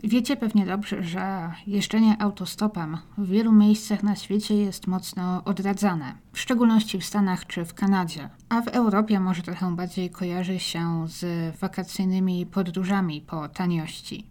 Wiecie pewnie dobrze, że jeżdżenie autostopem w wielu miejscach na świecie jest mocno odradzane, w szczególności w Stanach czy w Kanadzie, a w Europie może trochę bardziej kojarzy się z wakacyjnymi podróżami po taniości.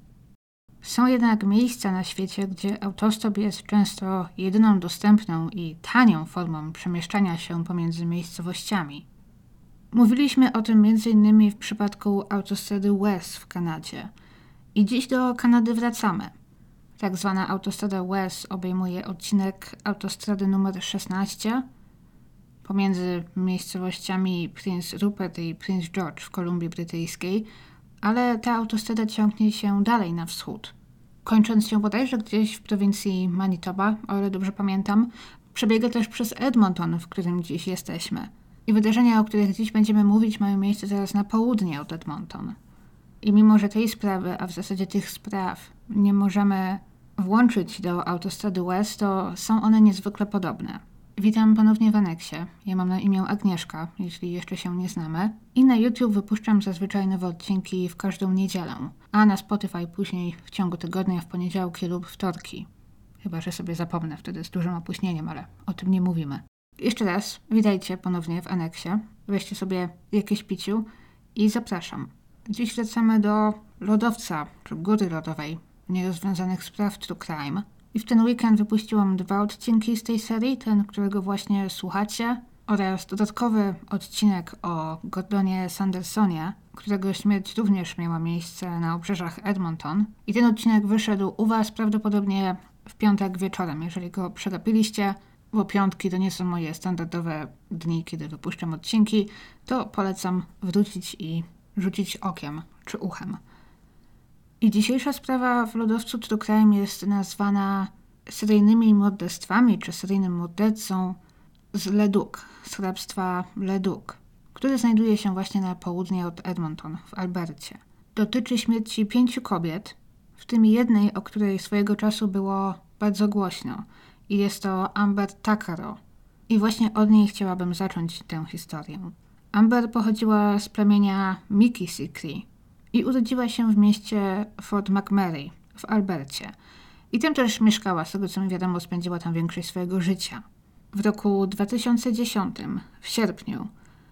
Są jednak miejsca na świecie, gdzie autostop jest często jedyną dostępną i tanią formą przemieszczania się pomiędzy miejscowościami. Mówiliśmy o tym m.in. w przypadku autostrady West w Kanadzie. I dziś do Kanady wracamy. Tak zwana autostrada West obejmuje odcinek autostrady numer 16 pomiędzy miejscowościami Prince Rupert i Prince George w Kolumbii Brytyjskiej, ale ta autostrada ciągnie się dalej na wschód. Kończąc się bodajże gdzieś w prowincji Manitoba, o ile dobrze pamiętam, przebiega też przez Edmonton, w którym dziś jesteśmy. I wydarzenia, o których dziś będziemy mówić, mają miejsce zaraz na południe od Edmonton. I mimo, że tej sprawy, a w zasadzie tych spraw, nie możemy włączyć do autostrady West, to są one niezwykle podobne. Witam ponownie w Aneksie. Ja mam na imię Agnieszka, jeśli jeszcze się nie znamy. I na YouTube wypuszczam zazwyczaj nowe odcinki w każdą niedzielę, a na Spotify później w ciągu tygodnia w poniedziałki lub wtorki. Chyba że sobie zapomnę wtedy z dużym opóźnieniem, ale o tym nie mówimy. Jeszcze raz, witajcie ponownie w Aneksie. Weźcie sobie jakieś piciu i zapraszam. Dziś wracamy do lodowca, czy góry lodowej, nierozwiązanych spraw True Crime. I w ten weekend wypuściłam 2 odcinki z tej serii, ten, którego właśnie słuchacie, oraz dodatkowy odcinek o Gordonie Sandersonie, którego śmierć również miała miejsce na obrzeżach Edmonton. I ten odcinek wyszedł u Was prawdopodobnie w piątek wieczorem, jeżeli go przegapiliście, bo piątki to nie są moje standardowe dni, kiedy wypuszczam odcinki, to polecam wrócić i rzucić okiem czy uchem. I dzisiejsza sprawa w lodowcu True Crime jest nazwana seryjnymi morderstwami czy seryjnym mordercą z Leduc, z hrabstwa Leduc, które znajduje się właśnie na południe od Edmonton w Albercie. Dotyczy śmierci 5 kobiet, w tym jednej, o której swojego czasu było bardzo głośno. I jest to Amber Takaro. I właśnie od niej chciałabym zacząć tę historię. Amber pochodziła z plemienia Miccosukee i urodziła się w mieście Fort McMurray w Albercie. I tam też mieszkała, z tego co mi wiadomo, spędziła tam większość swojego życia. W roku 2010, w sierpniu,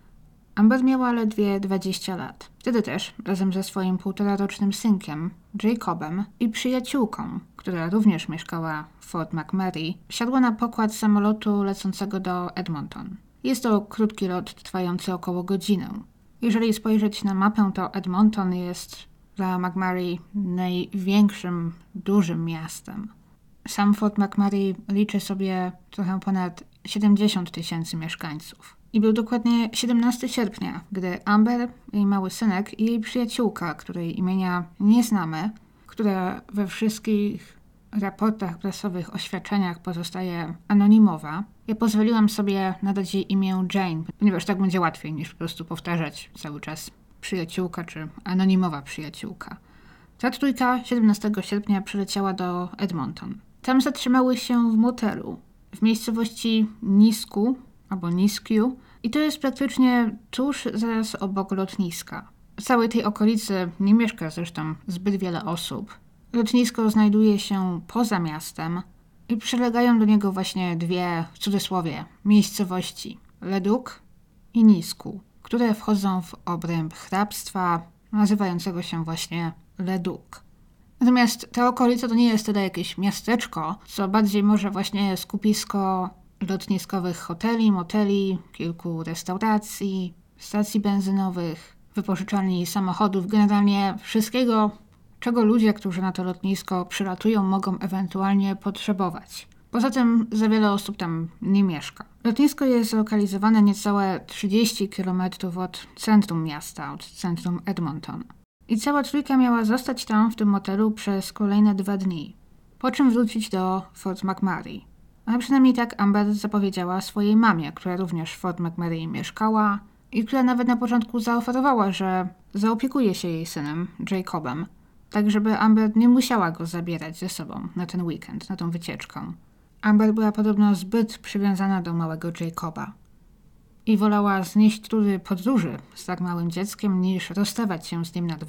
Amber miała ledwie 20 lat. Wtedy też, razem ze swoim 1,5-rocznym synkiem, Jacobem, i przyjaciółką, która również mieszkała w Fort McMurray, wsiadła na pokład samolotu lecącego do Edmonton. Jest to krótki lot trwający około godzinę. Jeżeli spojrzeć na mapę, to Edmonton jest dla McMurray największym, dużym miastem. Sam Fort McMurray liczy sobie trochę ponad 70 000 mieszkańców. I był dokładnie 17 sierpnia, gdy Amber, jej mały synek i jej przyjaciółka, której imienia nie znamy, która we wszystkich raportach prasowych, oświadczeniach pozostaje anonimowa. Ja pozwoliłam sobie nadać jej imię Jane, ponieważ tak będzie łatwiej niż po prostu powtarzać cały czas przyjaciółka czy anonimowa przyjaciółka. Ta trójka 17 sierpnia przyleciała do Edmonton. Tam zatrzymały się w motelu w miejscowości Nisku albo Niskiu i to jest praktycznie tuż zaraz obok lotniska. W całej tej okolicy nie mieszka zresztą zbyt wiele osób. Lotnisko znajduje się poza miastem i przylegają do niego właśnie 2, w cudzysłowie, miejscowości Leduc i Nisku, które wchodzą w obręb hrabstwa nazywającego się właśnie Leduc. Natomiast ta okolica to nie jest tyle jakieś miasteczko, co bardziej może właśnie skupisko lotniskowych hoteli, moteli, kilku restauracji, stacji benzynowych, wypożyczalni samochodów, generalnie wszystkiego, czego ludzie, którzy na to lotnisko przylatują, mogą ewentualnie potrzebować. Poza tym za wiele osób tam nie mieszka. Lotnisko jest zlokalizowane niecałe 30 km od centrum miasta, od centrum Edmonton. I cała trójka miała zostać tam w tym motelu przez kolejne 2 dni, po czym wrócić do Fort McMurray. A przynajmniej tak Amber zapowiedziała swojej mamie, która również w Fort McMurray mieszkała i która nawet na początku zaoferowała, że zaopiekuje się jej synem, Jacobem, tak żeby Amber nie musiała go zabierać ze sobą na ten weekend, na tą wycieczkę. Amber była podobno zbyt przywiązana do małego Jacoba i wolała znieść trudy podróży z tak małym dzieckiem, niż rozstawać się z nim na 2 dni.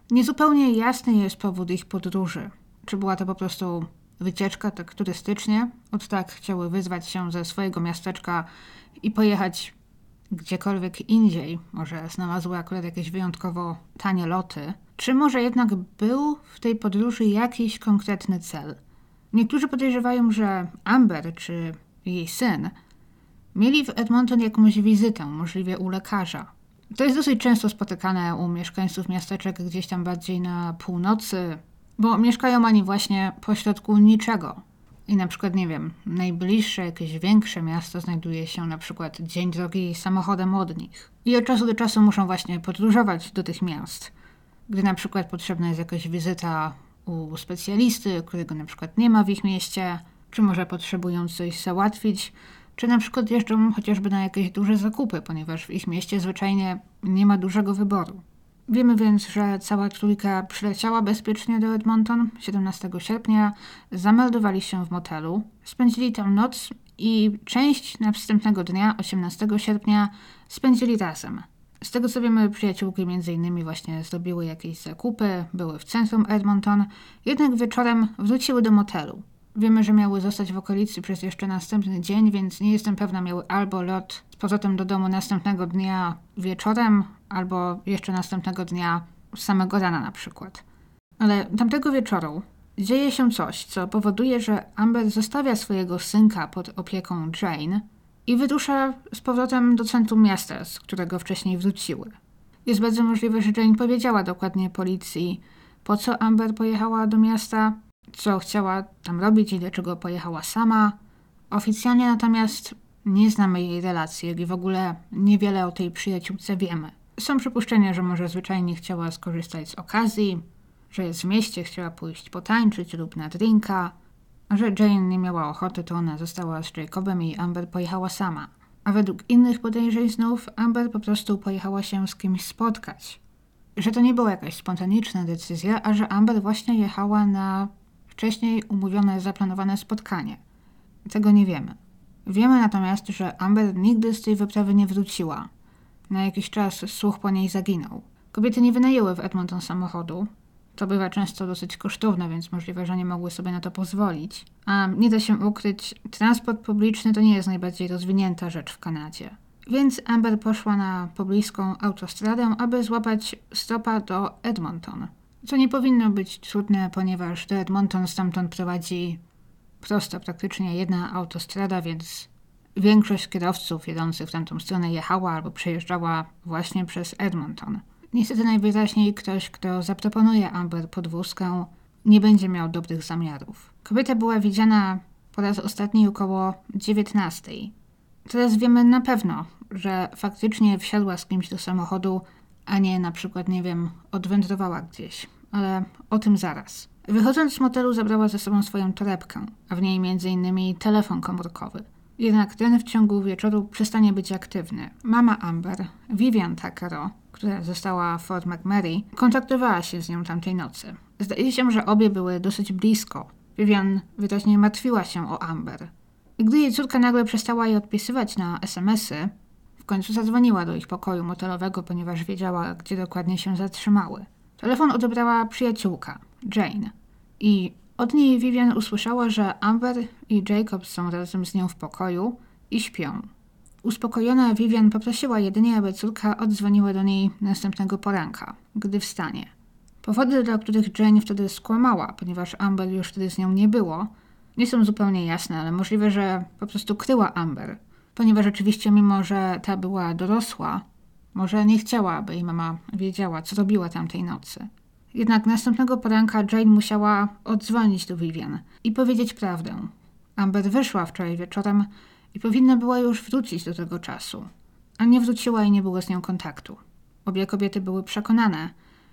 Niezupełnie jasny jest powód ich podróży. Czy była to po prostu wycieczka tak turystycznie? Od tak chciały wyzwać się ze swojego miasteczka i pojechać gdziekolwiek indziej. Może znalazły akurat jakieś wyjątkowo tanie loty. Czy może jednak był w tej podróży jakiś konkretny cel? Niektórzy podejrzewają, że Amber czy jej syn mieli w Edmonton jakąś wizytę, możliwie u lekarza. To jest dosyć często spotykane u mieszkańców miasteczek gdzieś tam bardziej na północy, bo mieszkają oni właśnie pośrodku niczego. I na przykład, nie wiem, najbliższe jakieś większe miasto znajduje się na przykład dzień drogi samochodem od nich. I od czasu do czasu muszą właśnie podróżować do tych miast. Gdy na przykład potrzebna jest jakaś wizyta u specjalisty, którego na przykład nie ma w ich mieście, czy może potrzebują coś załatwić, czy na przykład jeżdżą chociażby na jakieś duże zakupy, ponieważ w ich mieście zwyczajnie nie ma dużego wyboru. Wiemy więc, że cała trójka przyleciała bezpiecznie do Edmonton 17 sierpnia, zameldowali się w motelu, spędzili tam noc i część następnego dnia, 18 sierpnia, spędzili razem. Z tego co wiemy, przyjaciółki m.in. właśnie zrobiły jakieś zakupy, były w centrum Edmonton, jednak wieczorem wróciły do motelu. Wiemy, że miały zostać w okolicy przez jeszcze następny dzień, więc nie jestem pewna, miały albo lot z powrotem do domu następnego dnia wieczorem, albo jeszcze następnego dnia samego rana na przykład. Ale tamtego wieczoru dzieje się coś, co powoduje, że Amber zostawia swojego synka pod opieką Jane i wyrusza z powrotem do centrum miasta, z którego wcześniej wróciły. Jest bardzo możliwe, że Jane powiedziała dokładnie policji, po co Amber pojechała do miasta, co chciała tam robić i dlaczego pojechała sama. Oficjalnie natomiast nie znamy jej relacji, jak i w ogóle niewiele o tej przyjaciółce wiemy. Są przypuszczenia, że może zwyczajnie chciała skorzystać z okazji, że jest w mieście, chciała pójść potańczyć lub na drinka, a że Jane nie miała ochoty, to ona została z Jacobem i Amber pojechała sama. A według innych podejrzeń znów Amber po prostu pojechała się z kimś spotkać. Że to nie była jakaś spontaniczna decyzja, a że Amber właśnie jechała na wcześniej umówione, zaplanowane spotkanie. Tego nie wiemy. Wiemy natomiast, że Amber nigdy z tej wyprawy nie wróciła. Na jakiś czas słuch po niej zaginął. Kobiety nie wynajęły w Edmonton samochodu. To bywa często dosyć kosztowne, więc możliwe, że nie mogły sobie na to pozwolić. A nie da się ukryć, transport publiczny to nie jest najbardziej rozwinięta rzecz w Kanadzie. Więc Amber poszła na pobliską autostradę, aby złapać stopa do Edmonton. Co nie powinno być trudne, ponieważ do Edmonton stamtąd prowadzi prosto praktycznie jedna autostrada, więc większość kierowców jedących w tamtą stronę jechała albo przejeżdżała właśnie przez Edmonton. Niestety najwyraźniej ktoś, kto zaproponuje Amber podwózkę, nie będzie miał dobrych zamiarów. Kobieta była widziana po raz ostatni około 19. Teraz wiemy na pewno, że faktycznie wsiadła z kimś do samochodu, a nie na przykład, nie wiem, odwędrowała gdzieś. Ale o tym zaraz. Wychodząc z motelu zabrała ze sobą swoją torebkę, a w niej m.in. telefon komórkowy. Jednak ten w ciągu wieczoru przestanie być aktywny. Mama Amber, Vivian Tuckero, która została w Fort McMurray, kontaktowała się z nią tamtej nocy. Zdaje się, że obie były dosyć blisko. Vivian wyraźnie martwiła się o Amber. I gdy jej córka nagle przestała jej odpisywać na SMS-y, w końcu zadzwoniła do ich pokoju motelowego, ponieważ wiedziała, gdzie dokładnie się zatrzymały. Telefon odebrała przyjaciółka, Jane. I od niej Vivian usłyszała, że Amber i Jacob są razem z nią w pokoju i śpią. Uspokojona Vivian poprosiła jedynie, aby córka oddzwoniła do niej następnego poranka, gdy wstanie. Powody, dla których Jane wtedy skłamała, ponieważ Amber już wtedy z nią nie było, nie są zupełnie jasne, ale możliwe, że po prostu kryła Amber, ponieważ oczywiście mimo, że ta była dorosła, może nie chciała, aby jej mama wiedziała, co robiła tamtej nocy. Jednak następnego poranka Jane musiała odzwonić do Vivian i powiedzieć prawdę. Amber wyszła wczoraj wieczorem i powinna była już wrócić do tego czasu, a nie wróciła i nie było z nią kontaktu. Obie kobiety były przekonane,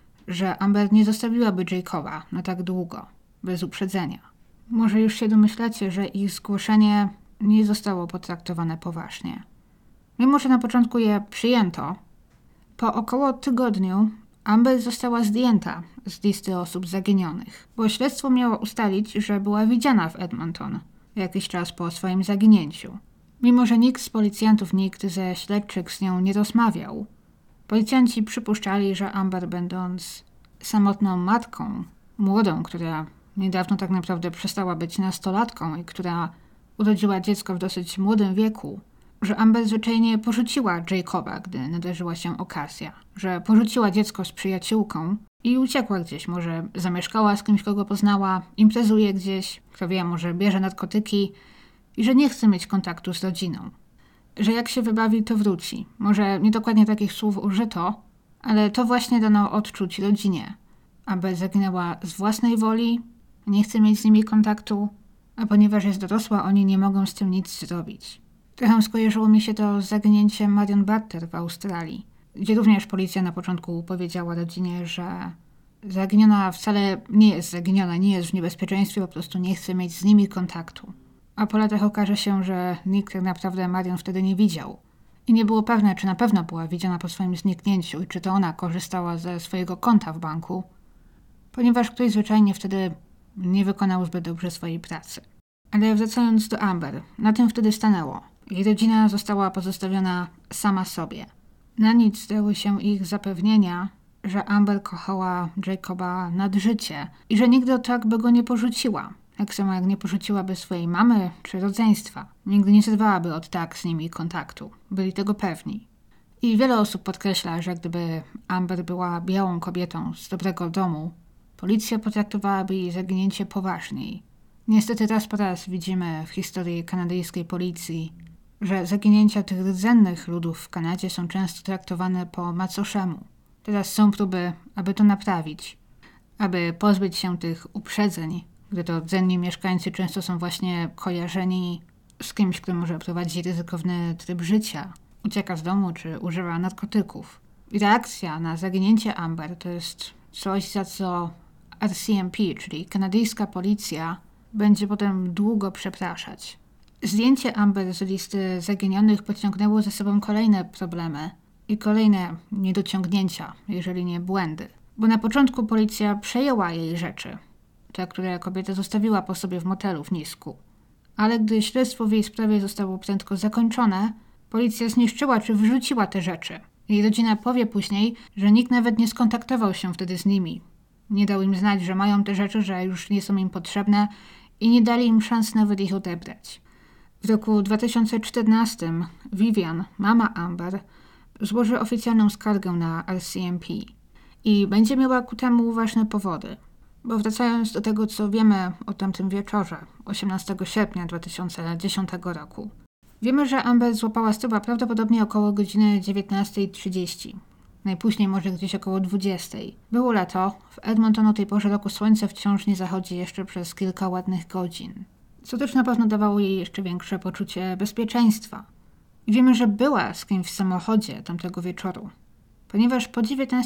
że Amber nie zostawiłaby Jacoba na tak długo, bez uprzedzenia. Może już się domyślacie, że ich zgłoszenie nie zostało potraktowane poważnie. Mimo, że na początku je przyjęto, po około tygodniu Amber została zdjęta z listy osób zaginionych, bo śledztwo miało ustalić, że była widziana w Edmonton jakiś czas po swoim zaginięciu. Mimo, że nikt z policjantów, nikt ze śledczych z nią nie rozmawiał, policjanci przypuszczali, że Amber, będąc samotną matką, młodą, która niedawno tak naprawdę przestała być nastolatką i która urodziła dziecko w dosyć młodym wieku, że Amber zwyczajnie porzuciła Jacoba, gdy nadarzyła się okazja, że porzuciła dziecko z przyjaciółką i uciekła gdzieś, może zamieszkała z kimś, kogo poznała, imprezuje gdzieś, kto wie, może bierze narkotyki i że nie chce mieć kontaktu z rodziną. Że jak się wybawi, to wróci. Może nie dokładnie takich słów użyto, ale to właśnie dano odczuć rodzinie. Amber zaginęła z własnej woli, nie chce mieć z nimi kontaktu, a ponieważ jest dorosła, oni nie mogą z tym nic zrobić. Trochę skojarzyło mi się to z zaginięciem Marion Barter w Australii, gdzie również policja na początku powiedziała rodzinie, że zaginiona wcale nie jest zaginiona, nie jest w niebezpieczeństwie, po prostu nie chce mieć z nimi kontaktu. A po latach okaże się, że nikt tak naprawdę Marion wtedy nie widział. I nie było pewne, czy na pewno była widziana po swoim zniknięciu i czy to ona korzystała ze swojego konta w banku, ponieważ ktoś zwyczajnie wtedy nie wykonał zbyt dobrze swojej pracy. Ale wracając do Amber, na tym wtedy stanęło. Jej rodzina została pozostawiona sama sobie. Na nic zdały się ich zapewnienia, że Amber kochała Jacoba nad życie i że nigdy tak by go nie porzuciła. Tak samo jak nie porzuciłaby swojej mamy czy rodzeństwa. Nigdy nie zerwałaby od tak z nimi kontaktu. Byli tego pewni. I wiele osób podkreśla, że gdyby Amber była białą kobietą z dobrego domu, policja potraktowałaby jej zaginięcie poważniej. Niestety raz po raz widzimy w historii kanadyjskiej policji, że zaginięcia tych rdzennych ludów w Kanadzie są często traktowane po macoszemu. Teraz są próby, aby to naprawić, aby pozbyć się tych uprzedzeń, gdy to rdzenni mieszkańcy często są właśnie kojarzeni z kimś, kto może prowadzić ryzykowny tryb życia, ucieka z domu czy używa narkotyków. I reakcja na zaginięcie Amber to jest coś, za co RCMP, czyli kanadyjska policja, będzie potem długo przepraszać. Zdjęcie Amber z listy zaginionych pociągnęło ze sobą kolejne problemy i kolejne niedociągnięcia, jeżeli nie błędy. Bo na początku policja przejęła jej rzeczy, te, które kobieta zostawiła po sobie w motelu w Nisku. Ale gdy śledztwo w jej sprawie zostało prędko zakończone, policja zniszczyła czy wyrzuciła te rzeczy. Jej rodzina powie później, że nikt nawet nie skontaktował się wtedy z nimi. Nie dał im znać, że mają te rzeczy, że już nie są im potrzebne i nie dali im szans nawet ich odebrać. W roku 2014 Vivian, mama Amber, złoży oficjalną skargę na RCMP i będzie miała ku temu ważne powody. Bo wracając do tego, co wiemy o tamtym wieczorze, 18 sierpnia 2010 roku, wiemy, że Amber złapała stopa prawdopodobnie około godziny 19:30. Najpóźniej może gdzieś około 20:00. Było lato, w Edmonton o tej porze roku słońce wciąż nie zachodzi jeszcze przez kilka ładnych godzin. Co też na pewno dawało jej jeszcze większe poczucie bezpieczeństwa. I wiemy, że była z kimś w samochodzie tamtego wieczoru, ponieważ po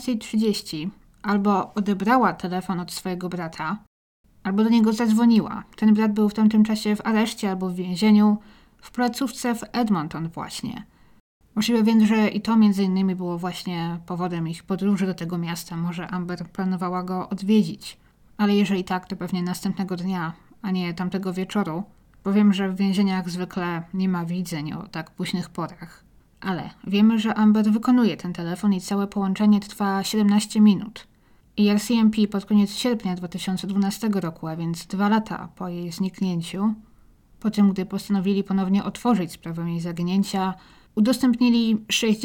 19:30 albo odebrała telefon od swojego brata, albo do niego zadzwoniła. Ten brat był w tamtym czasie w areszcie albo w więzieniu, w placówce w Edmonton właśnie. Możliwe więc, że i to między innymi było właśnie powodem ich podróży do tego miasta. Może Amber planowała go odwiedzić. Ale jeżeli tak, to pewnie następnego dnia, a nie tamtego wieczoru, bo wiem, że w więzieniach zwykle nie ma widzeń o tak późnych porach. Ale wiemy, że Amber wykonuje ten telefon i całe połączenie trwa 17 minut. I RCMP pod koniec sierpnia 2012 roku, a więc 2 lata po jej zniknięciu, po tym, gdy postanowili ponownie otworzyć sprawę jej zaginięcia, udostępnili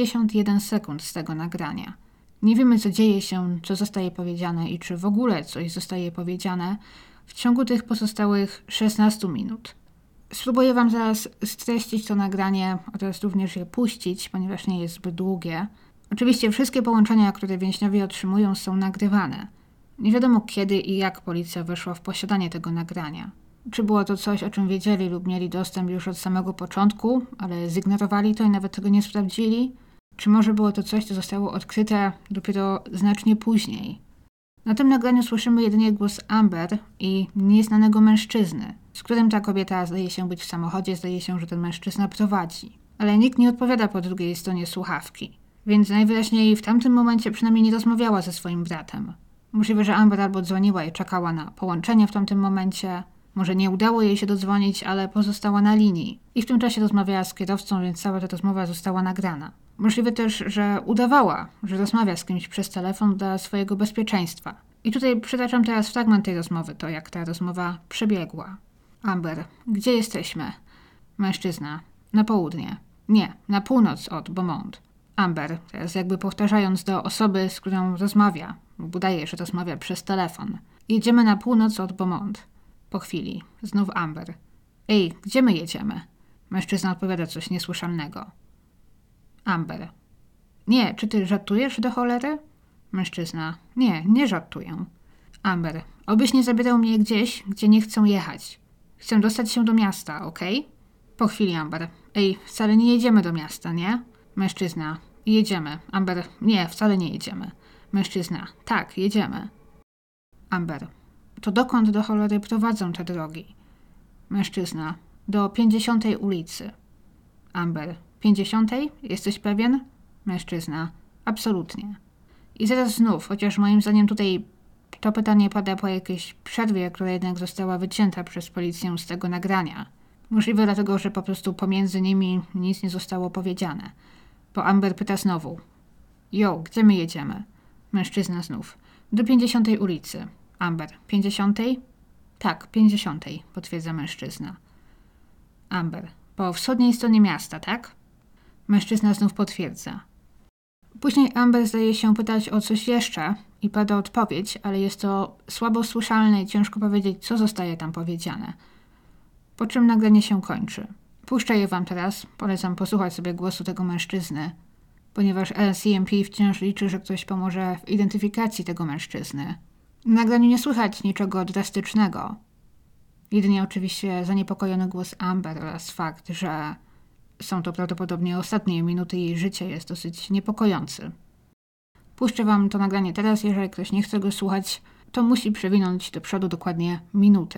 61 sekund z tego nagrania. Nie wiemy, co dzieje się, co zostaje powiedziane i czy w ogóle coś zostaje powiedziane w ciągu tych pozostałych 16 minut. Spróbuję wam zaraz streścić to nagranie oraz również je puścić, ponieważ nie jest zbyt długie. Oczywiście wszystkie połączenia, które więźniowie otrzymują, są nagrywane. Nie wiadomo kiedy i jak policja weszła w posiadanie tego nagrania. Czy było to coś, o czym wiedzieli lub mieli dostęp już od samego początku, ale zignorowali to i nawet tego nie sprawdzili? Czy może było to coś, co zostało odkryte dopiero znacznie później? Na tym nagraniu słyszymy jedynie głos Amber i nieznanego mężczyzny, z którym ta kobieta zdaje się być w samochodzie, zdaje się, że ten mężczyzna prowadzi. Ale nikt nie odpowiada po drugiej stronie słuchawki, więc najwyraźniej w tamtym momencie przynajmniej nie rozmawiała ze swoim bratem. Możliwe, że Amber albo dzwoniła i czekała na połączenie w tamtym momencie, Może nie udało jej się dodzwonić, ale pozostała na linii. I w tym czasie rozmawiała z kierowcą, więc cała ta rozmowa została nagrana. Możliwe też, że udawała, że rozmawia z kimś przez telefon dla swojego bezpieczeństwa. I tutaj przytaczam teraz fragment tej rozmowy, to jak ta rozmowa przebiegła. Amber, gdzie jesteśmy? Mężczyzna, na południe. Nie, na północ od Beaumont. Amber, teraz jakby powtarzając do osoby, z którą rozmawia, bo udaje, że rozmawia przez telefon. Jedziemy na północ od Beaumont. Po chwili, znów Amber. Ej, gdzie my jedziemy? Mężczyzna odpowiada coś niesłyszalnego. Amber. Nie, czy ty żartujesz do cholery? Mężczyzna. Nie, nie żartuję. Amber. Obyś nie zabierał mnie gdzieś, gdzie nie chcę jechać. Chcę dostać się do miasta, okej? Po chwili Amber. Ej, wcale nie jedziemy do miasta, nie? Mężczyzna. Jedziemy. Amber. Nie, wcale nie jedziemy. Mężczyzna. Tak, jedziemy. Amber. To dokąd do cholery prowadzą te drogi? Mężczyzna. Do 50. ulicy. Amber. 50? Jesteś pewien? Mężczyzna. Absolutnie. I zaraz znów, chociaż moim zdaniem tutaj to pytanie pada po jakiejś przerwie, która jednak została wycięta przez policję z tego nagrania. Możliwe dlatego, że po prostu pomiędzy nimi nic nie zostało powiedziane. Bo Amber pyta znowu. Jo, gdzie my jedziemy? Mężczyzna znów. Do 50. ulicy. Amber. 50? Tak, 50, potwierdza mężczyzna. Amber. Po wschodniej stronie miasta, tak? Mężczyzna znów potwierdza. Później Amber zdaje się pytać o coś jeszcze i pada odpowiedź, ale jest to słabo słyszalne i ciężko powiedzieć, co zostaje tam powiedziane. Po czym nagranie się kończy. Puszczę je wam teraz, polecam posłuchać sobie głosu tego mężczyzny, ponieważ LCMP wciąż liczy, że ktoś pomoże w identyfikacji tego mężczyzny. W nagraniu nie słychać niczego drastycznego. Jedynie oczywiście zaniepokojony głos Amber oraz fakt, że są to prawdopodobnie ostatnie minuty jej życia, jest dosyć niepokojący. Puszczę wam to nagranie teraz, jeżeli ktoś nie chce go słuchać, to musi przewinąć do przodu dokładnie minutę.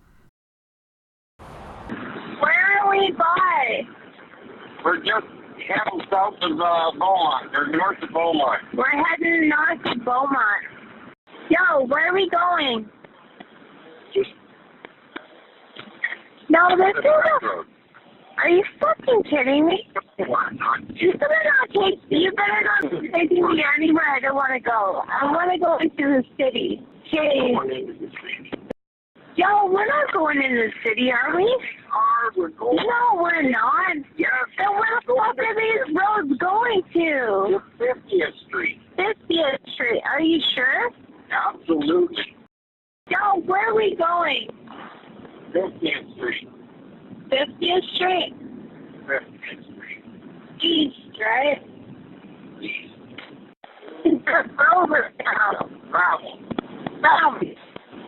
Where are we by? We're just heading south of Beaumont, or north of Beaumont. We're heading north of Beaumont. Yo, where are we going? Just No, this the is back a... road. Are you fucking kidding me? Why not? You better not take me anywhere I don't want to go. I want to go into the city. Jeez. Yo, we're not going into the city, are we? We're going No, we're not. Yes. Then where the fuck are these roads going to? to 50th Street. 50th Street. Are you sure? Absolutely. Yo, where are we going? 50th Street. 50th Street? 50th Street. East, right? East. Over town. Travel. South.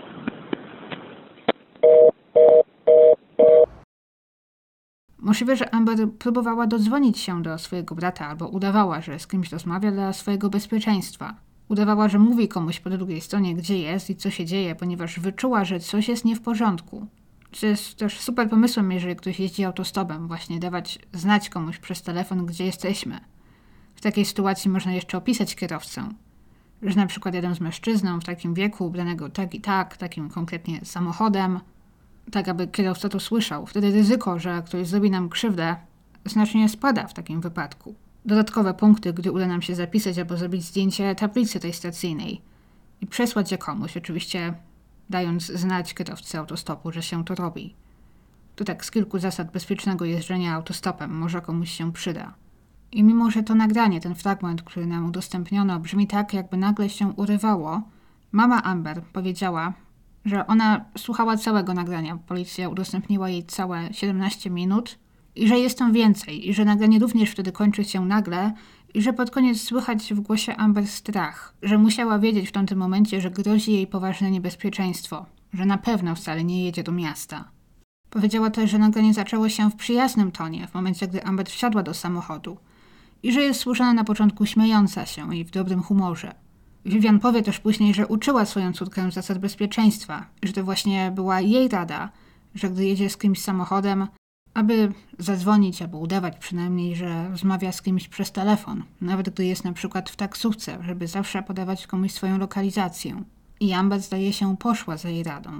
Możliwe, że Amber próbowała dodzwonić się do swojego brata albo udawała, że z kimś rozmawia dla swojego bezpieczeństwa. Udawała, że mówi komuś po drugiej stronie, gdzie jest i co się dzieje, ponieważ wyczuła, że coś jest nie w porządku. Co jest też super pomysłem, jeżeli ktoś jeździ autostopem, właśnie dawać znać komuś przez telefon, gdzie jesteśmy. W takiej sytuacji można jeszcze opisać kierowcę, że na przykład jadę z mężczyzną w takim wieku, ubranego tak i tak, takim konkretnie samochodem, tak aby kierowca to słyszał. Wtedy ryzyko, że ktoś zrobi nam krzywdę, znacznie spada w takim wypadku. Dodatkowe punkty, gdy uda nam się zapisać albo zrobić zdjęcie tablicy rejestracyjnej i przesłać je komuś, oczywiście dając znać kierowcy autostopu, że się to robi. To tak z kilku zasad bezpiecznego jeżdżenia autostopem, może komuś się przyda. I mimo, że to nagranie, ten fragment, który nam udostępniono, brzmi tak, jakby nagle się urywało, mama Amber powiedziała, że ona słuchała całego nagrania. Policja udostępniła jej całe 17 minut i że jest tam więcej i że nagranie również wtedy kończy się nagle i że pod koniec słychać w głosie Amber strach, że musiała wiedzieć w tamtym momencie, że grozi jej poważne niebezpieczeństwo, że na pewno wcale nie jedzie do miasta. Powiedziała też, że nagranie zaczęło się w przyjaznym tonie, w momencie, gdy Amber wsiadła do samochodu i że jest słuchana na początku śmiejąca się i w dobrym humorze. Vivian powie też później, że uczyła swoją córkę zasad bezpieczeństwa, że to właśnie była jej rada, że gdy jedzie z kimś samochodem, aby zadzwonić albo udawać przynajmniej, że rozmawia z kimś przez telefon, nawet gdy jest na przykład w taksówce, żeby zawsze podawać komuś swoją lokalizację. I Amber, zdaje się, poszła za jej radą.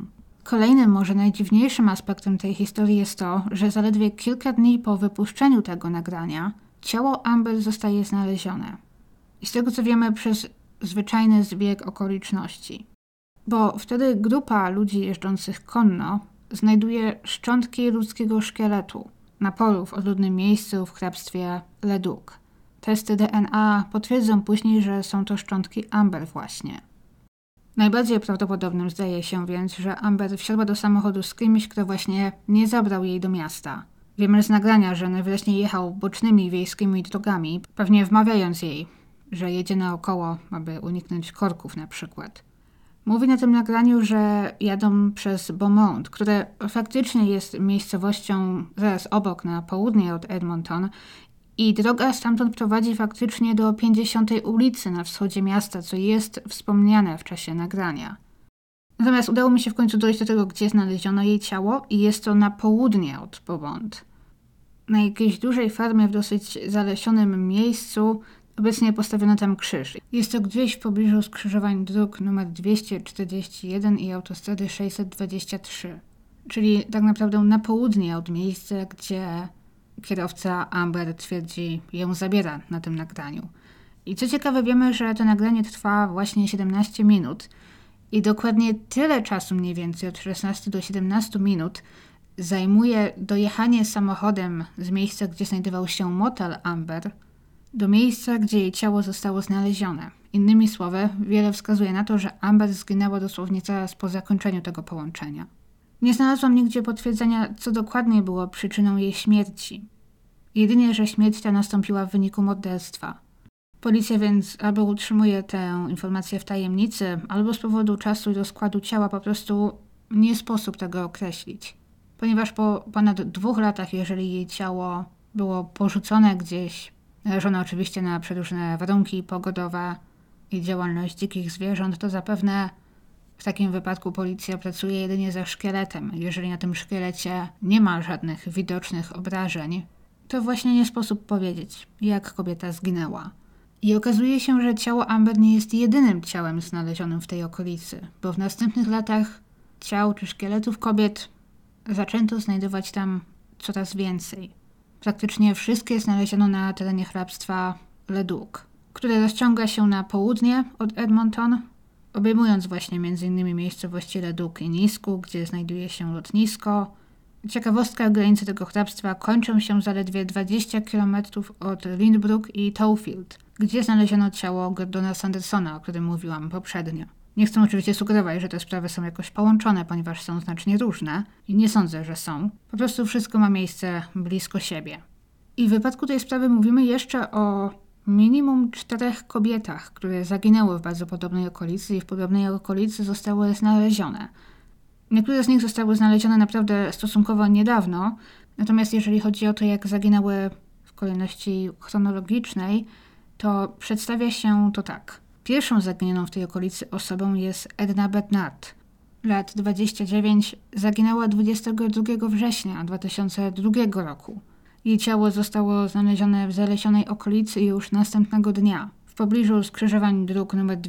Kolejnym, może najdziwniejszym aspektem tej historii jest to, że zaledwie kilka dni po wypuszczeniu tego nagrania ciało Amber zostaje znalezione. I z tego co wiemy, przez zwyczajny zbieg okoliczności. Bo wtedy grupa ludzi jeżdżących konno znajduje szczątki ludzkiego szkieletu na polu w odludnym miejscu w hrabstwie Leduc. Testy DNA potwierdzą później, że są to szczątki Amber właśnie. Najbardziej prawdopodobnym zdaje się więc, że Amber wsiadła do samochodu z kimś, kto właśnie nie zabrał jej do miasta. Wiemy z nagrania, że najwyraźniej jechał bocznymi wiejskimi drogami, pewnie wmawiając jej, że jedzie naokoło, aby uniknąć korków na przykład. Mówi na tym nagraniu, że jadą przez Beaumont, które faktycznie jest miejscowością zaraz obok na południe od Edmonton i droga stamtąd prowadzi faktycznie do 50. ulicy na wschodzie miasta, co jest wspomniane w czasie nagrania. Natomiast udało mi się w końcu dojść do tego, gdzie znaleziono jej ciało i jest to na południe od Beaumont. Na jakiejś dużej farmie w dosyć zalesionym miejscu obecnie postawiono tam krzyż. Jest to gdzieś w pobliżu skrzyżowań dróg nr 241 i autostrady 623. Czyli tak naprawdę na południe od miejsca, gdzie kierowca Amber twierdzi, ją zabiera na tym nagraniu. I co ciekawe, wiemy, że to nagranie trwa właśnie 17 minut i dokładnie tyle czasu mniej więcej, od 16 do 17 minut, zajmuje dojechanie samochodem z miejsca, gdzie znajdował się motel Amber, do miejsca, gdzie jej ciało zostało znalezione. Innymi słowy, wiele wskazuje na to, że Amber zginęła dosłownie zaraz po zakończeniu tego połączenia. Nie znalazłam nigdzie potwierdzenia, co dokładnie było przyczyną jej śmierci. Jedynie, że śmierć ta nastąpiła w wyniku morderstwa. Policja więc albo utrzymuje tę informację w tajemnicy, albo z powodu czasu i rozkładu ciała po prostu nie sposób tego określić. Ponieważ po ponad 2 latach, jeżeli jej ciało było porzucone gdzieś, narażone oczywiście na przeróżne warunki pogodowe i działalność dzikich zwierząt, to zapewne w takim wypadku policja pracuje jedynie ze szkieletem. Jeżeli na tym szkielecie nie ma żadnych widocznych obrażeń, to właśnie nie sposób powiedzieć, jak kobieta zginęła. I okazuje się, że ciało Amber nie jest jedynym ciałem znalezionym w tej okolicy, bo w następnych latach ciał czy szkieletów kobiet zaczęto znajdować tam coraz więcej. Praktycznie wszystkie znaleziono na terenie hrabstwa Leduc, które rozciąga się na południe od Edmonton, obejmując właśnie m.in. miejscowości Leduc i Nisku, gdzie znajduje się lotnisko. Ciekawostka, granice tego hrabstwa kończą się zaledwie 20 km od Lindbrook i Towfield, gdzie znaleziono ciało Gordona Sandersona, o którym mówiłam poprzednio. Nie chcę oczywiście sugerować, że te sprawy są jakoś połączone, ponieważ są znacznie różne i nie sądzę, że są. Po prostu wszystko ma miejsce blisko siebie. I w wypadku tej sprawy mówimy jeszcze o minimum 4 kobietach, które zaginęły w bardzo podobnej okolicy i w podobnej okolicy zostały znalezione. Niektóre z nich zostały znalezione naprawdę stosunkowo niedawno, natomiast jeżeli chodzi o to, jak zaginęły w kolejności chronologicznej, to przedstawia się to tak. Pierwszą zaginioną w tej okolicy osobą jest Edna Bernard. Lat 29, zaginęła 22 września 2002 roku. Jej ciało zostało znalezione w zalesionej okolicy już następnego dnia, w pobliżu skrzyżowań dróg nr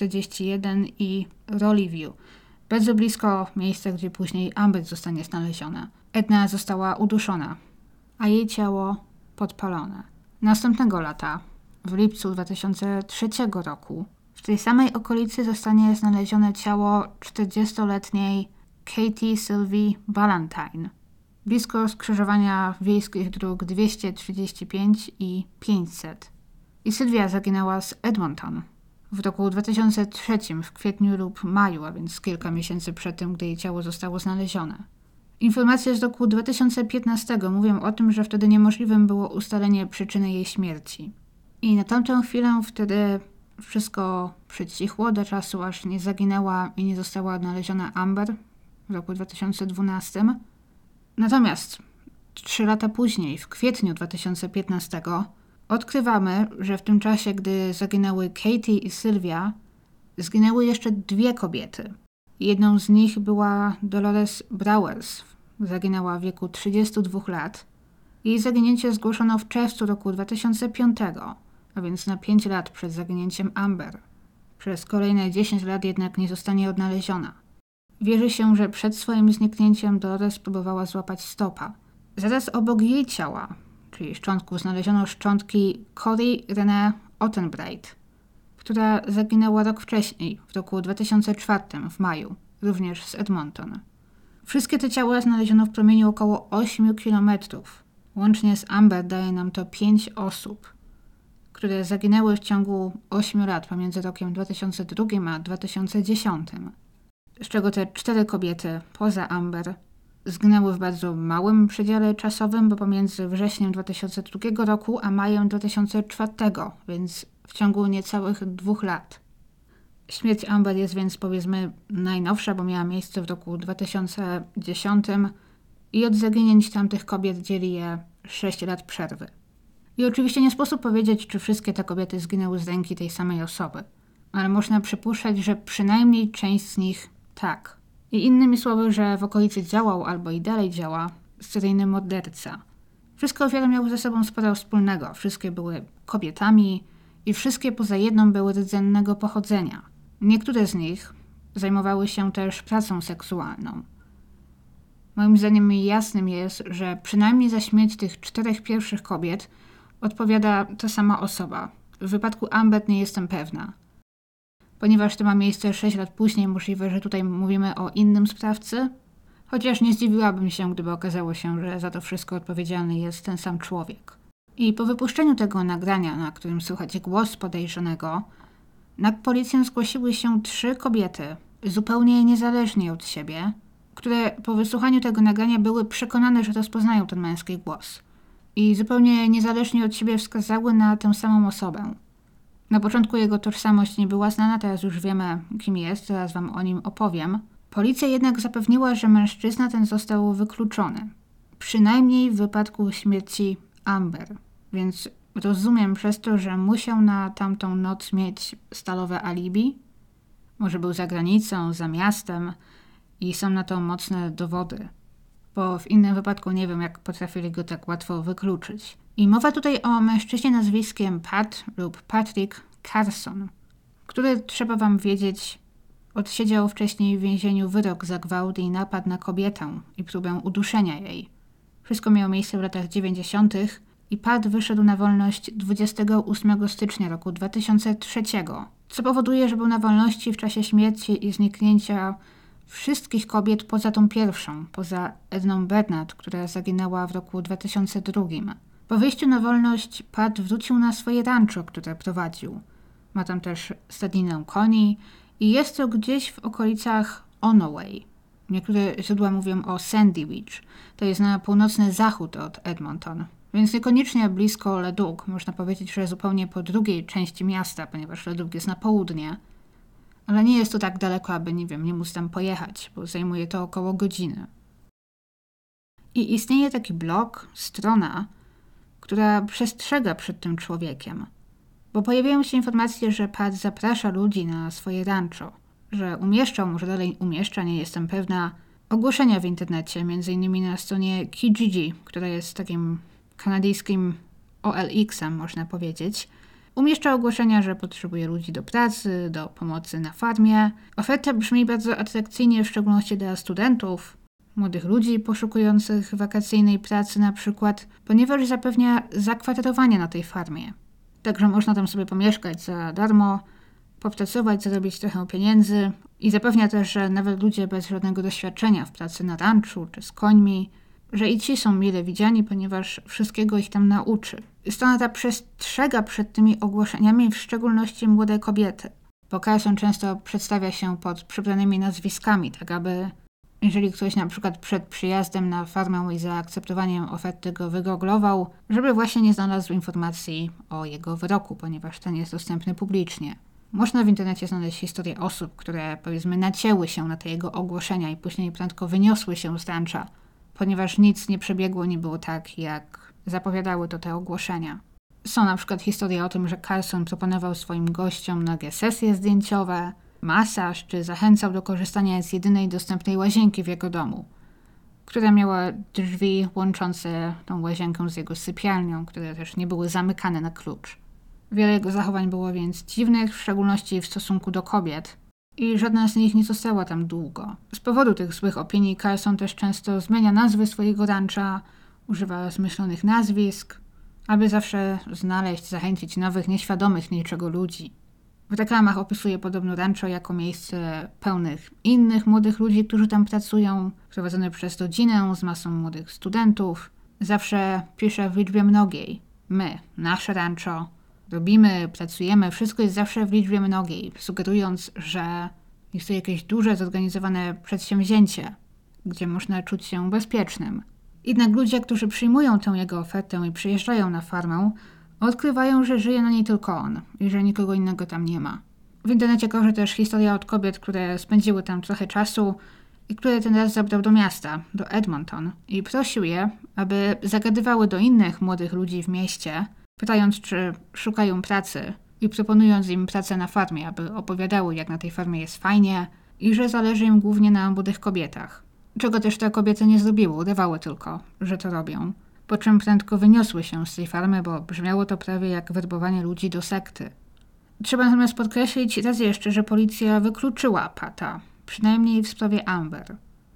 241 i Roley View, bardzo blisko miejsca, gdzie później Amber zostanie znaleziona. Edna została uduszona, a jej ciało podpalone. Następnego lata, w lipcu 2003 roku, w tej samej okolicy zostanie znalezione ciało 40-letniej Katie Sylvie Ballantyne, blisko skrzyżowania wiejskich dróg 235 i 500. I Sylwia zaginęła z Edmonton w roku 2003, w kwietniu lub maju, a więc kilka miesięcy przed tym, gdy jej ciało zostało znalezione. Informacje z roku 2015 mówią o tym, że wtedy niemożliwym było ustalenie przyczyny jej śmierci. I na tamtą chwilę wtedy wszystko przycichło do czasu, aż nie zaginęła i nie została odnaleziona Amber w roku 2012. Natomiast 3 lata później, w kwietniu 2015, odkrywamy, że w tym czasie, gdy zaginęły Katie i Sylwia, zginęły jeszcze 2 kobiety. Jedną z nich była Dolores Brouwers. Zaginęła w wieku 32 lat. Jej zaginięcie zgłoszono w czerwcu roku 2005, a więc na 5 lat przed zaginięciem Amber. Przez kolejne 10 lat jednak nie zostanie odnaleziona. Wierzy się, że przed swoim zniknięciem Dolores próbowała złapać stopa. Zaraz obok jej ciała, czyli szczątków, znaleziono szczątki Corey Renee Ottenbreit, która zaginęła rok wcześniej, w roku 2004, w maju, również z Edmonton. Wszystkie te ciała znaleziono w promieniu około 8 km. Łącznie z Amber daje nam to 5 osób, które zaginęły w ciągu 8 lat pomiędzy rokiem 2002 a 2010. Z czego te 4 kobiety poza Amber zginęły w bardzo małym przedziale czasowym, bo pomiędzy wrześniem 2002 roku a majem 2004, więc w ciągu niecałych 2 lat. Śmierć Amber jest więc powiedzmy najnowsza, bo miała miejsce w roku 2010 i od zaginięć tamtych kobiet dzieli je 6 lat przerwy. I oczywiście nie sposób powiedzieć, czy wszystkie te kobiety zginęły z ręki tej samej osoby, ale można przypuszczać, że przynajmniej część z nich tak. I innymi słowy, że w okolicy działał albo i dalej działa seryjny morderca. Wszystkie ofiary miały ze sobą sporo wspólnego. Wszystkie były kobietami i wszystkie poza jedną były rdzennego pochodzenia. Niektóre z nich zajmowały się też pracą seksualną. Moim zdaniem jasnym jest, że przynajmniej za śmierć tych 4 pierwszych kobiet odpowiada ta sama osoba. W wypadku Amber nie jestem pewna. Ponieważ to ma miejsce 6 lat później, możliwe, że tutaj mówimy o innym sprawcy, chociaż nie zdziwiłabym się, gdyby okazało się, że za to wszystko odpowiedzialny jest ten sam człowiek. I po wypuszczeniu tego nagrania, na którym słychać głos podejrzanego, na policję zgłosiły się 3 kobiety, zupełnie niezależnie od siebie, które po wysłuchaniu tego nagrania były przekonane, że rozpoznają ten męski głos. I zupełnie niezależnie od siebie wskazały na tę samą osobę. Na początku jego tożsamość nie była znana, teraz już wiemy, kim jest, zaraz wam o nim opowiem. Policja jednak zapewniła, że mężczyzna ten został wykluczony. Przynajmniej w wypadku śmierci Amber. Więc rozumiem przez to, że musiał na tamtą noc mieć stalowe alibi. Może był za granicą, za miastem i są na to mocne dowody. Bo w innym wypadku nie wiem, jak potrafili go tak łatwo wykluczyć. I mowa tutaj o mężczyźnie nazwiskiem Pat lub Patrick Carson, który, trzeba wam wiedzieć, odsiedział wcześniej w więzieniu wyrok za gwałt i napad na kobietę i próbę uduszenia jej. Wszystko miało miejsce w latach 90. i Pat wyszedł na wolność 28 stycznia roku 2003, co powoduje, że był na wolności w czasie śmierci i zniknięcia wszystkich kobiet poza tą pierwszą, poza Edną Bernard, która zaginęła w roku 2002. Po wyjściu na wolność Pat wrócił na swoje rancho, które prowadził. Ma tam też stadninę koni i jest to gdzieś w okolicach Onoway. Niektóre źródła mówią o Sandy Beach. To jest na północny zachód od Edmonton, więc niekoniecznie blisko Leduc. Można powiedzieć, że zupełnie po drugiej części miasta, ponieważ Leduc jest na południe. Ale nie jest to tak daleko, aby, nie móc tam pojechać, bo zajmuje to około godziny. I istnieje taki blog, strona, która przestrzega przed tym człowiekiem. Bo pojawiają się informacje, że Pat zaprasza ludzi na swoje rancho, że umieszczał, może dalej umieszcza, nie jestem pewna, ogłoszenia w internecie, m.in. na stronie Kijiji, która jest takim kanadyjskim OLX-em, można powiedzieć. Umieszcza ogłoszenia, że potrzebuje ludzi do pracy, do pomocy na farmie. Oferta brzmi bardzo atrakcyjnie, w szczególności dla studentów, młodych ludzi poszukujących wakacyjnej pracy na przykład, ponieważ zapewnia zakwaterowanie na tej farmie. Także można tam sobie pomieszkać za darmo, popracować, zarobić trochę pieniędzy i zapewnia też, że nawet ludzie bez żadnego doświadczenia w pracy na ranchu czy z końmi, że i ci są mile widziani, ponieważ wszystkiego ich tam nauczy. Strona ta przestrzega przed tymi ogłoszeniami, w szczególności młode kobiety, bo Carson często przedstawia się pod przybranymi nazwiskami, tak aby jeżeli ktoś na przykład przed przyjazdem na farmę i zaakceptowaniem oferty go wygoglował, żeby właśnie nie znalazł informacji o jego wyroku, ponieważ ten jest dostępny publicznie. Można w internecie znaleźć historię osób, które powiedzmy nacięły się na te jego ogłoszenia i później prędko wyniosły się z rancha, ponieważ nic nie przebiegło, nie było tak, jak zapowiadały to te ogłoszenia. Są na przykład historie o tym, że Carson proponował swoim gościom nagie sesje zdjęciowe, masaż, czy zachęcał do korzystania z jedynej dostępnej łazienki w jego domu, która miała drzwi łączące tą łazienkę z jego sypialnią, które też nie były zamykane na klucz. Wiele jego zachowań było więc dziwnych, w szczególności w stosunku do kobiet. i żadna z nich nie została tam długo. Z powodu tych złych opinii Carlson też często zmienia nazwy swojego rancha, używa zmyślonych nazwisk, aby zawsze znaleźć, zachęcić nowych, nieświadomych niczego ludzi. W reklamach opisuje podobno rancho jako miejsce pełnych innych młodych ludzi, którzy tam pracują, prowadzone przez rodzinę z masą młodych studentów. Zawsze pisze w liczbie mnogiej. My, nasze rancho, robimy, pracujemy, wszystko jest zawsze w liczbie mnogiej, sugerując, że jest to jakieś duże, zorganizowane przedsięwzięcie, gdzie można czuć się bezpiecznym. Jednak ludzie, którzy przyjmują tę jego ofertę i przyjeżdżają na farmę, odkrywają, że żyje na niej tylko on i że nikogo innego tam nie ma. W internecie krąży też historia od kobiet, które spędziły tam trochę czasu i które ten raz zabrał do miasta, do Edmonton i prosił je, aby zagadywały do innych młodych ludzi w mieście, pytając, czy szukają pracy i proponując im pracę na farmie, aby opowiadały, jak na tej farmie jest fajnie i że zależy im głównie na młodych kobietach. Czego też te kobiety nie zrobiły, udawały tylko, że to robią. Po czym prędko wyniosły się z tej farmy, bo brzmiało to prawie jak werbowanie ludzi do sekty. Trzeba natomiast podkreślić raz jeszcze, że policja wykluczyła Pata, przynajmniej w sprawie Amber.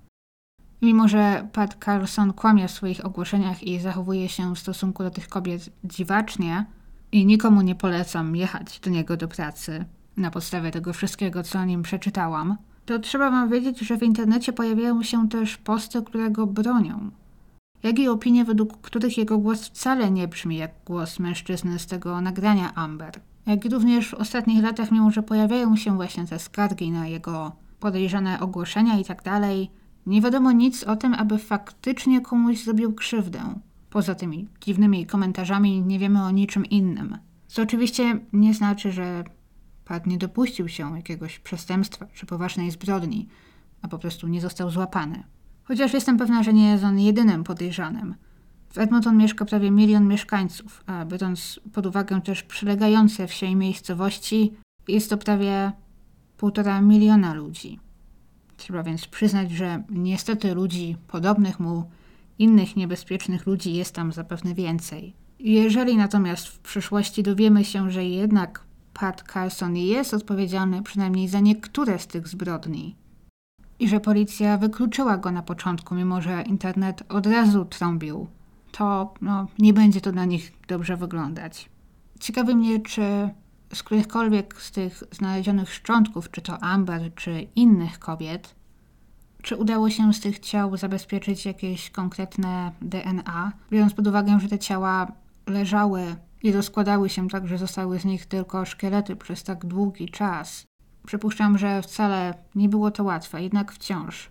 Mimo że Pat Carlson kłamie w swoich ogłoszeniach i zachowuje się w stosunku do tych kobiet dziwacznie i nikomu nie polecam jechać do niego do pracy na podstawie tego wszystkiego, co o nim przeczytałam, to trzeba wam wiedzieć, że w internecie pojawiają się też posty, które go bronią. Jak i opinie, według których jego głos wcale nie brzmi jak głos mężczyzny z tego nagrania Amber. Jak i również w ostatnich latach, mimo że pojawiają się właśnie te skargi na jego podejrzane ogłoszenia i tak dalej, nie wiadomo nic o tym, aby faktycznie komuś zrobił krzywdę. Poza tymi dziwnymi komentarzami nie wiemy o niczym innym. Co oczywiście nie znaczy, że Pat nie dopuścił się jakiegoś przestępstwa czy poważnej zbrodni, a po prostu nie został złapany. Chociaż jestem pewna, że nie jest on jedynym podejrzanym. W Edmonton mieszka prawie 1 milion mieszkańców, a biorąc pod uwagę też przylegające wsie i miejscowości, jest to prawie 1,5 miliona ludzi. Trzeba więc przyznać, że niestety ludzi podobnych mu, innych niebezpiecznych ludzi jest tam zapewne więcej. Jeżeli natomiast w przyszłości dowiemy się, że jednak Pat Carlson jest odpowiedzialny przynajmniej za niektóre z tych zbrodni i że policja wykluczyła go na początku, mimo że internet od razu trąbił, to nie będzie to dla nich dobrze wyglądać. Ciekawi mnie, czy z którychkolwiek z tych znalezionych szczątków, czy to Amber, czy innych kobiet, czy udało się z tych ciał zabezpieczyć jakieś konkretne DNA, biorąc pod uwagę, że te ciała leżały i rozkładały się tak, że zostały z nich tylko szkielety przez tak długi czas. Przypuszczam, że wcale nie było to łatwe, jednak wciąż.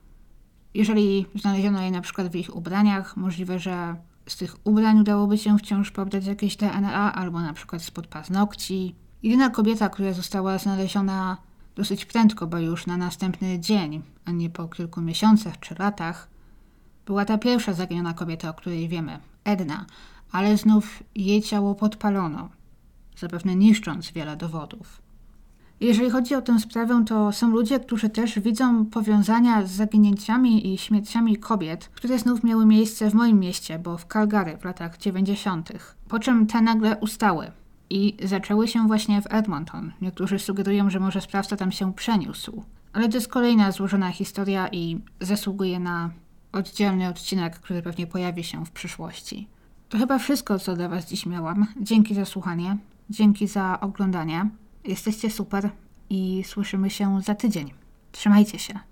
Jeżeli znaleziono je na przykład w ich ubraniach, możliwe, że z tych ubrań udałoby się wciąż pobrać jakieś DNA, albo na przykład spod paznokci. Jedyna kobieta, która została znaleziona dosyć prędko, bo już na następny dzień, a nie po kilku miesiącach czy latach, była ta pierwsza zaginiona kobieta, o której wiemy, Edna, ale znów jej ciało podpalono, zapewne niszcząc wiele dowodów. Jeżeli chodzi o tę sprawę, to są ludzie, którzy też widzą powiązania z zaginięciami i śmierciami kobiet, które znów miały miejsce w moim mieście, bo w Calgary w latach 90. Po czym te nagle ustały i zaczęły się właśnie w Edmonton. Niektórzy sugerują, że może sprawca tam się przeniósł. Ale to jest kolejna złożona historia i zasługuje na oddzielny odcinek, który pewnie pojawi się w przyszłości. To chyba wszystko, co dla was dziś miałam. Dzięki za słuchanie, dzięki za oglądanie. Jesteście super i słyszymy się za tydzień. Trzymajcie się.